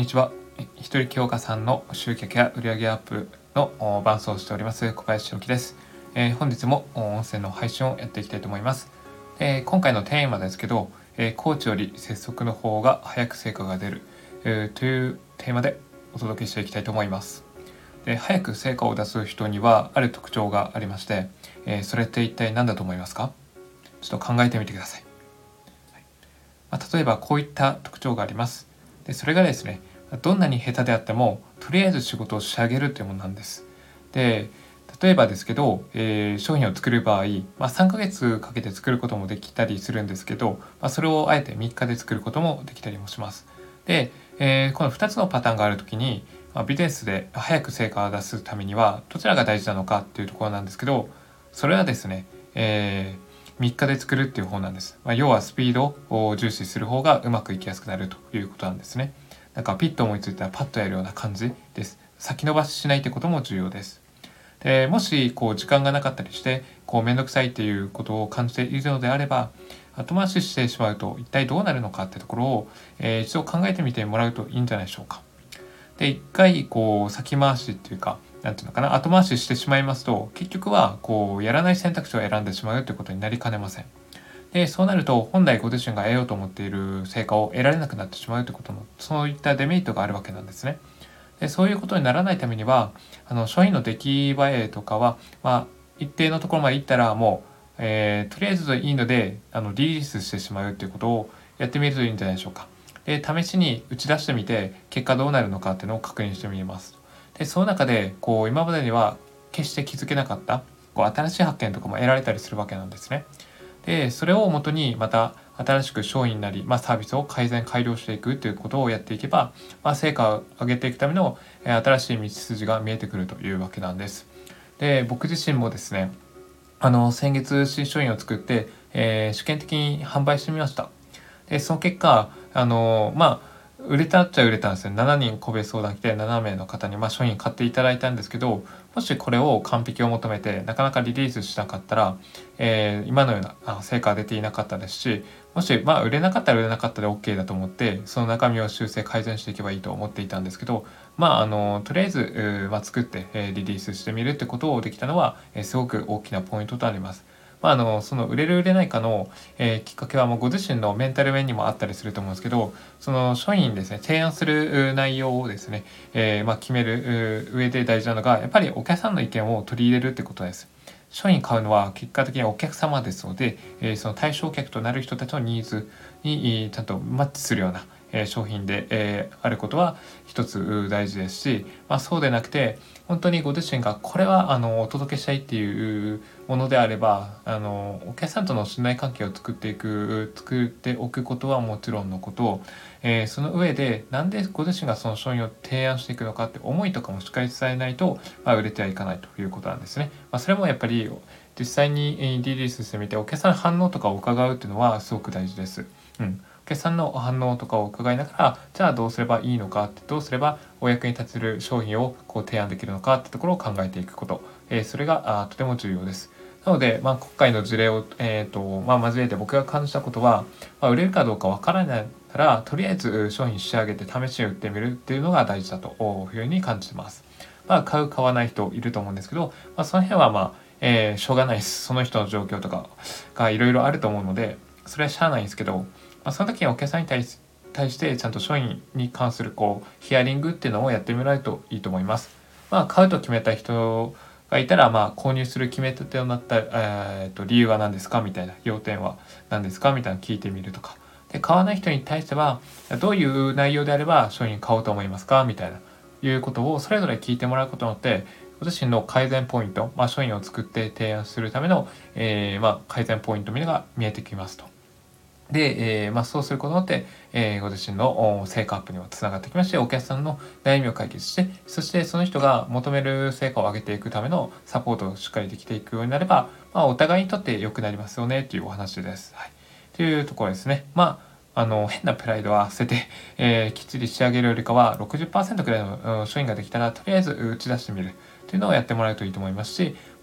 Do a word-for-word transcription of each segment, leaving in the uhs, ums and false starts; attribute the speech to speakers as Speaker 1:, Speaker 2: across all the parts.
Speaker 1: にちは。一人強化さんの集客や売上アップの伴走をしております小林弘樹です。えー、本日も音声の配信をやっていきたいと思います。えー、今回のテーマですけど、えー、コーチより拙速の方が早く成果が出る、えー、というテーマでお届けしていきたいと思います。で早く成果を出す人にはある特徴がありまして、えー、それって一体何だと思いますか？ちょっと考えてみてください。はいまあ、例えばこういった特徴があります。でそれがですね、どんなに下手であってもとりあえず仕事を仕上げるというものなんです。で例えばですけど、えー、商品を作る場合、まあ、さんかげつかけて作ることもできたりするんですけど、まあ、それをあえてみっかで作ることもできたりもします。で、えー、このふたつのパターンがあるときに、まあ、ビジネスで早く成果を出すためにはどちらが大事なのかっていうところなんですけど、それはですね、えーみっかで作るっていう方なんです。まあ、要はスピードを重視する方がうまくいきやすくなるということなんですね。なんかピッと思いついたらパッとやるような感じです。先延ばししないってことも重要です。でもしこう時間がなかったりしてこうめんどくさいっていうことを感じているのであれば、後回ししてしまうと一体どうなるのかってところを、えー、一度考えてみてもらうといいんじゃないでしょうか。で一回こう先回しっていうか、なんていうのかな、後回ししてしまいますと結局はこうやらない選択肢を選んでしまうということになりかねません。でそうなると本来ご自身が得ようと思っている成果を得られなくなってしまうということも、そういったデメリットがあるわけなんですね。でそういうことにならないためには、あの商品の出来栄えとかは、まあ、一定のところまでいったらもう、えー、とりあえずいいのであのリリースしてしまうということをやってみるといいんじゃないでしょうか。で試しに打ち出してみて結果どうなるのかっていうのを確認してみます。でその中でこう今までには決して気づけなかったこう新しい発見とかも得られたりするわけなんですね。でそれをもとにまた新しく商品なり、まあ、サービスを改善改良していくということをやっていけば、まあ、成果を上げていくための、えー、新しい道筋が見えてくるというわけなんです。で僕自身もですね、あの先月新商品を作って、えー、試験的に販売してみました。でその結果あのまあ売れたっちゃ売れたんですよ。しちにん個別相談来てななめいの方に、まあ、商品買っていただいたんですけど、もしこれを完璧を求めてなかなかリリースしなかったら、えー、今のような成果は出ていなかったですし、もしまあ売れなかったら売れなかったで OK だと思ってその中身を修正改善していけばいいと思っていたんですけど、まああのとりあえず、まあ、作って、えー、リリースしてみるってことをできたのは、えー、すごく大きなポイントとなります。まあ、あのその売れる売れないかの、えー、きっかけはもうご自身のメンタル面にもあったりすると思うんですけど、その商品ですね、提案する内容をですね、えーまあ、決める上で大事なのがやっぱりお客さんの意見を取り入れるってことです。商品買うのは結果的にお客様ですので、えー、その対象客となる人たちのニーズにちゃんとマッチするような、えー、商品で、えー、あることは一つ大事ですし、まあ、そうでなくて本当にご自身がこれはあのお届けしたいっていうものであれば、あのお客さんとの信頼関係を作っていく作っておくことはもちろんのこと、えー、その上でなんでご自身がその商品を提案していくのかって思いとかもしっかり伝えないと、まあ、売れてはいかないということなんですね。まあ、それもやっぱり実際にリリースしてみてお客さんの反応とかを伺うっていうのはすごく大事です。うん、お客さんの反応とかを伺いながら、じゃあどうすればいいのかって、どうすればお役に立てる商品をこう提案できるのかってところを考えていくこと、えー、それがあとても重要です。なので、まあ、今回の事例を、えーとまあ、交えて僕が感じたことは、まあ、売れるかどうかわからないならとりあえず商品仕上げて試しに売ってみるっていうのが大事だというふうに感じてます。まあ、買う買わない人いると思うんですけど、まあ、その辺はまあ、えー、しょうがないです。その人の状況とかがいろいろあると思うので、それはしゃあないんですけど、まあ、その時にお客さんに対し対してちゃんと商品に関するこうヒアリングっていうのをやってみられるといいと思います。まあ、買うと決めた人がいたら、まあ、購入する決め手となった、えー、と理由は何ですかみたいな、要点は何ですかみたいな聞いてみるとか。で、買わない人に対してはどういう内容であれば商品買おうと思いますかみたいないうことをそれぞれ聞いてもらうことによって、ご自身の改善ポイント、まあ、商品を作って提案するための、えーまあ、改善ポイントみたいなのが見えてきますと。で、えーまあ、そうすることによって、えー、ご自身の成果アップにもつながってきまして、お客さんの悩みを解決して、そしてその人が求める成果を上げていくためのサポートをしっかりできていくようになれば、まあ、お互いにとって良くなりますよねというお話です。はい、というところですね。まあ、あの変なプライドは捨てて、えー、きっちり仕上げるよりかは ろくじゅっパーセント くらいの商品ができたらとりあえず打ち出してみるというのをやってもらうといいと思いますし、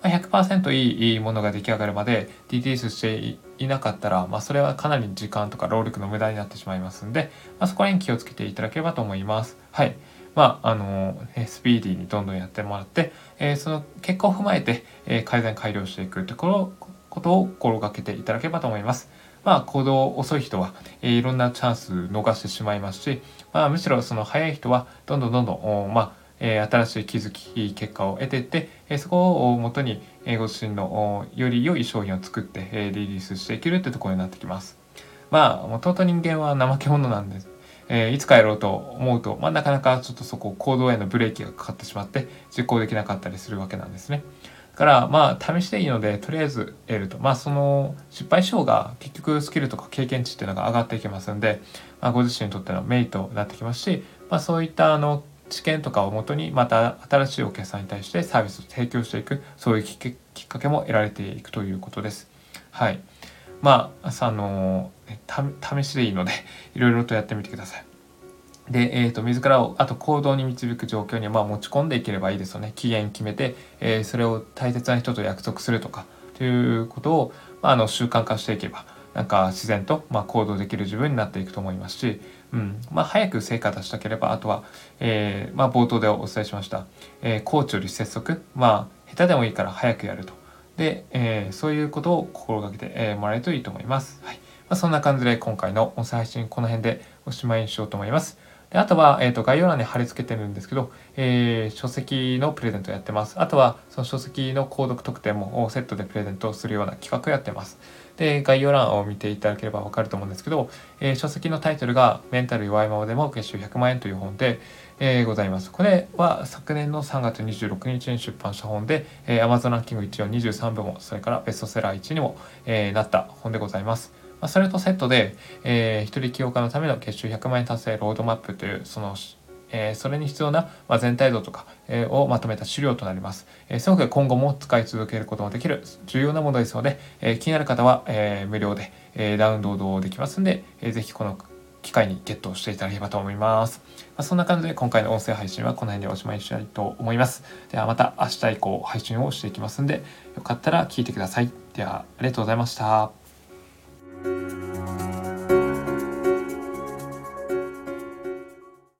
Speaker 1: まあ、ひゃくパーセントいいものが出来上がるまでリリースしていなかったら、まあ、それはかなり時間とか労力の無駄になってしまいますんで、まあ、そこら辺気をつけていただければと思います。はい。まあ、あの、スピーディーにどんどんやってもらって、えー、その結果を踏まえて、えー、改善改良していくところ、ことを心がけていただければと思います。まあ、行動遅い人は、えー、いろんなチャンス逃してしまいますし、まあ、むしろその早い人は、どんどんどんどん、まあ、えー、新しい気づき、結果を得ていって、えー、そこをもとに、えー、ご自身のより良い商品を作って、えー、リリースしていけるってところになってきます。まあ、もともと人間は怠け者なんです。えー、いつかやろうと思うと、まあ、なかなかちょっとそこ行動へのブレーキがかかってしまって実行できなかったりするわけなんですね。だからまあ試していいのでとりあえず得ると、まあその失敗しようが結局スキルとか経験値っていうのが上がっていきますんで、まあ、ご自身にとってのメリットになってきますし、まあ、そういったあの知見とかをもとにまた新しいお客さんに対してサービスを提供していく、そういうきっかけも得られていくということです。はい。まあ、あの試しでいいのでいろいろとやってみてください。で、えーと、自らをあと行動に導く状況にはまあ持ち込んでいければいいですよね。期限決めて、えー、それを大切な人と約束するとかということを、まあ、あの習慣化していけばなんか自然とまあ行動できる自分になっていくと思いますし、うんまあ、早く成果出したければあとは、えーまあ、冒頭でお伝えしました、えー、コーチより拙速、まあ、下手でもいいから早くやると。で、えー、そういうことを心がけて、えー、もらえるといいと思います。はい。まあ、そんな感じで今回の音声配信この辺でおしまいにしようと思います。であとは、えーと、概要欄に貼り付けてるんですけど、えー、書籍のプレゼントやってます。あとは、その書籍の購読特典もセットでプレゼントするような企画やってます。で、概要欄を見ていただければわかると思うんですけど、えー、書籍のタイトルが、メンタル弱いままでも月収ひゃくまん円という本で、えー、ございます。これは昨年のさんがつにじゅうろくにちに出版した本で、えー、Amazon ランキングいちいをにじゅうさんぶも、それからベストセラーいちいにも、えー、なった本でございます。まあ、それとセットで、えー、一人起業家のための月収ひゃくまん円達成ロードマップという、その、えー、それに必要な、まあ、全体像とか、えー、をまとめた資料となります。えー、すごく今後も使い続けることができる重要なものですので、えー、気になる方は、えー、無料で、えー、ダウンロードできますので、えー、ぜひこの機会にゲットしていただければと思います。まあ、そんな感じで今回の音声配信はこの辺でおしまいにしたいと思います。ではまた明日以降配信をしていきますんで、よかったら聞いてください。ではありがとうございました。